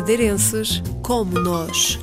madeirenses como nós.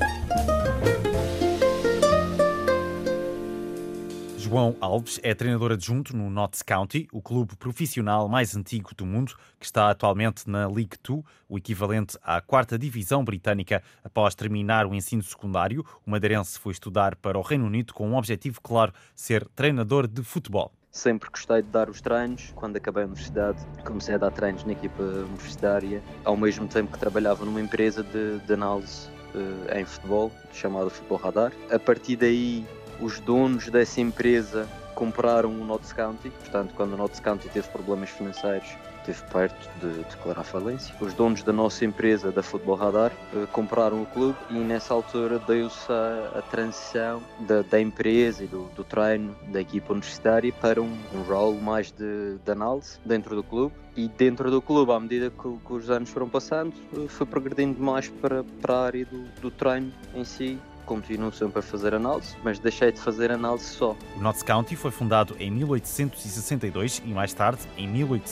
João Alves é treinador adjunto no Notts County, o clube profissional mais antigo do mundo, que está atualmente na League Two, o equivalente à 4ª divisão britânica. Após terminar o ensino secundário, o madeirense foi estudar para o Reino Unido com um objetivo claro: ser treinador de futebol. Sempre gostei de dar os treinos. Quando acabei a universidade, comecei a dar treinos na equipa universitária, ao mesmo tempo que trabalhava numa empresa de análise em futebol, chamada Futebol Radar. A partir daí, os donos dessa empresa compraram o Notts County. Portanto, quando o Notts County teve problemas financeiros, esteve perto de declarar falência. Os donos da nossa empresa, da Futebol Radar, compraram o clube e nessa altura deu-se a transição da empresa e do treino da equipa universitária para um rol mais de análise dentro do clube. E dentro do clube, à medida que os anos foram passando, foi progredindo mais para a área do treino em si. Continuo sempre a fazer análise, mas deixei de fazer análise só. O Notts County foi fundado em 1862 e mais tarde, em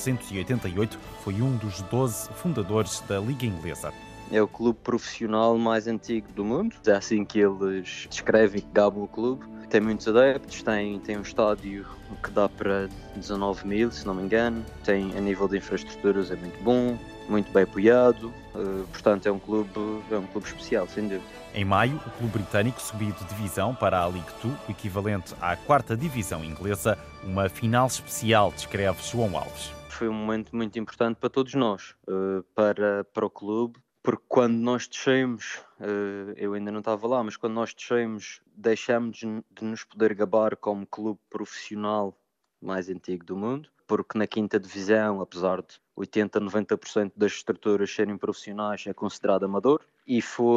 1888, foi um dos 12 fundadores da Liga Inglesa. É o clube profissional mais antigo do mundo, é assim que eles descrevem e gabam o clube. Tem muitos adeptos, tem um estádio que dá para 19 mil, se não me engano. A nível de infraestruturas é muito bom, muito bem apoiado, portanto é um clube especial, sem dúvida. Em maio, o clube britânico subiu de divisão para a League Two, o equivalente à 4ª divisão inglesa, uma final especial, descreve João Alves. Foi um momento muito importante para todos nós, para o clube, porque quando nós descemos, eu ainda não estava lá, mas quando nós descemos, deixamos de nos poder gabar como clube profissional mais antigo do mundo, porque na 5ª divisão, apesar de 80% a 90% das estruturas serem profissionais, é considerado amador. E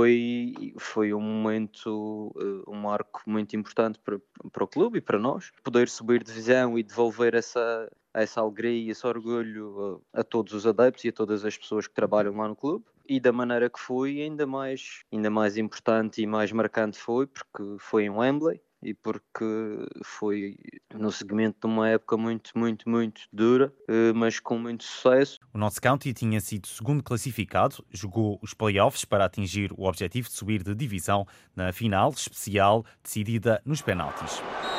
foi um momento, um marco muito importante para o clube e para nós. Poder subir de divisão e devolver essa alegria e esse orgulho a todos os adeptos e a todas as pessoas que trabalham lá no clube. E da maneira que foi, ainda mais importante e mais marcante foi, porque foi em Wembley. E porque foi no segmento de uma época muito, muito, muito dura, mas com muito sucesso. O Notts County tinha sido segundo classificado, jogou os play-offs para atingir o objetivo de subir de divisão na final especial decidida nos penaltis.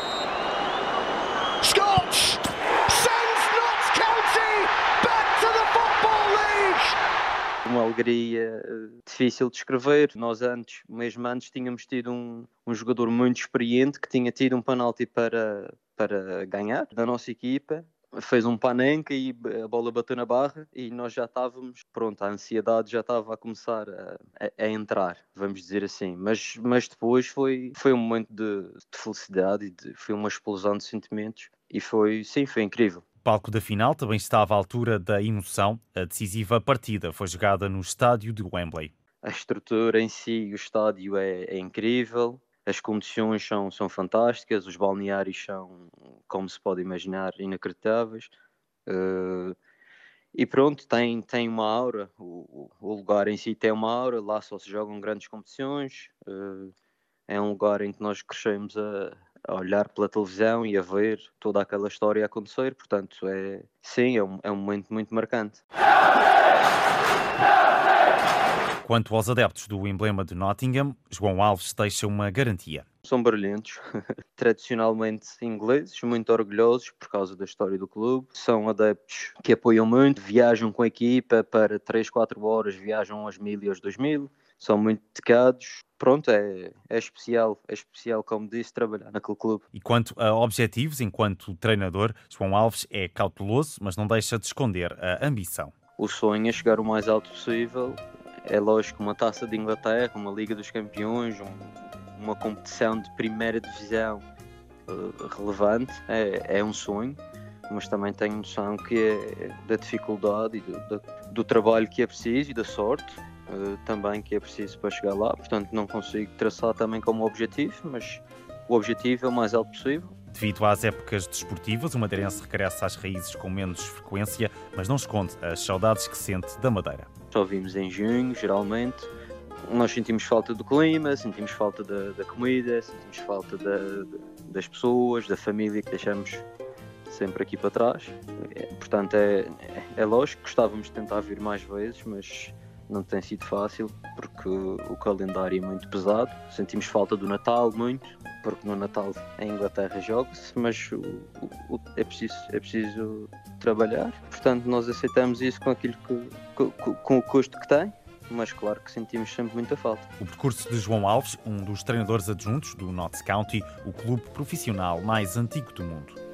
Scotch sends Notts County back to the Football League! Uma alegria difícil de escrever. Nós mesmo antes, tínhamos tido um jogador muito experiente que tinha tido um penalti para ganhar da nossa equipa. Fez um panenca e a bola bateu na barra e nós já estávamos, pronto, a ansiedade já estava a começar a entrar, vamos dizer assim. Mas depois foi um momento de felicidade e foi uma explosão de sentimentos e foi incrível. O palco da final também estava à altura da emoção. A decisiva partida foi jogada no estádio de Wembley. A estrutura em si, o estádio é incrível, as condições são fantásticas, os balneários são, como se pode imaginar, inacreditáveis. E pronto, tem uma aura, o lugar em si tem uma aura, lá só se jogam grandes competições. É um lugar em que nós crescemos a olhar pela televisão e a ver toda aquela história a acontecer, portanto é um momento muito marcante. Quanto aos adeptos do emblema de Nottingham, João Alves deixa uma garantia. São barulhentos, tradicionalmente ingleses, muito orgulhosos por causa da história do clube. São adeptos que apoiam muito, viajam com a equipa para 3, 4 horas, viajam aos 1000 e aos 2000. São muito dedicados. Pronto, é especial, como disse, trabalhar naquele clube. E quanto a objetivos, enquanto treinador, João Alves é cauteloso, mas não deixa de esconder a ambição. O sonho é chegar o mais alto possível. É lógico, uma taça de Inglaterra, uma Liga dos Campeões, uma competição de primeira divisão relevante, é um sonho, mas também tenho noção que é da dificuldade e do trabalho que é preciso e da sorte também que é preciso para chegar lá. Portanto, não consigo traçar também como objetivo, mas o objetivo é o mais alto possível. Devido às épocas desportivas, o madeirense regressa às raízes com menos frequência, mas não esconde as saudades que sente da Madeira. Só vimos em junho, geralmente. Nós sentimos falta do clima, sentimos falta da comida, sentimos falta das pessoas, da família que deixamos sempre aqui para trás. Portanto, é lógico que gostávamos de tentar vir mais vezes, mas não tem sido fácil, porque porque o calendário é muito pesado. Sentimos falta do Natal muito, porque no Natal em Inglaterra joga-se, mas é preciso trabalhar. Portanto, nós aceitamos isso com aquilo com o custo que tem. Mas claro que sentimos sempre muita falta. O percurso de João Alves, um dos treinadores adjuntos do Notts County, o clube profissional mais antigo do mundo.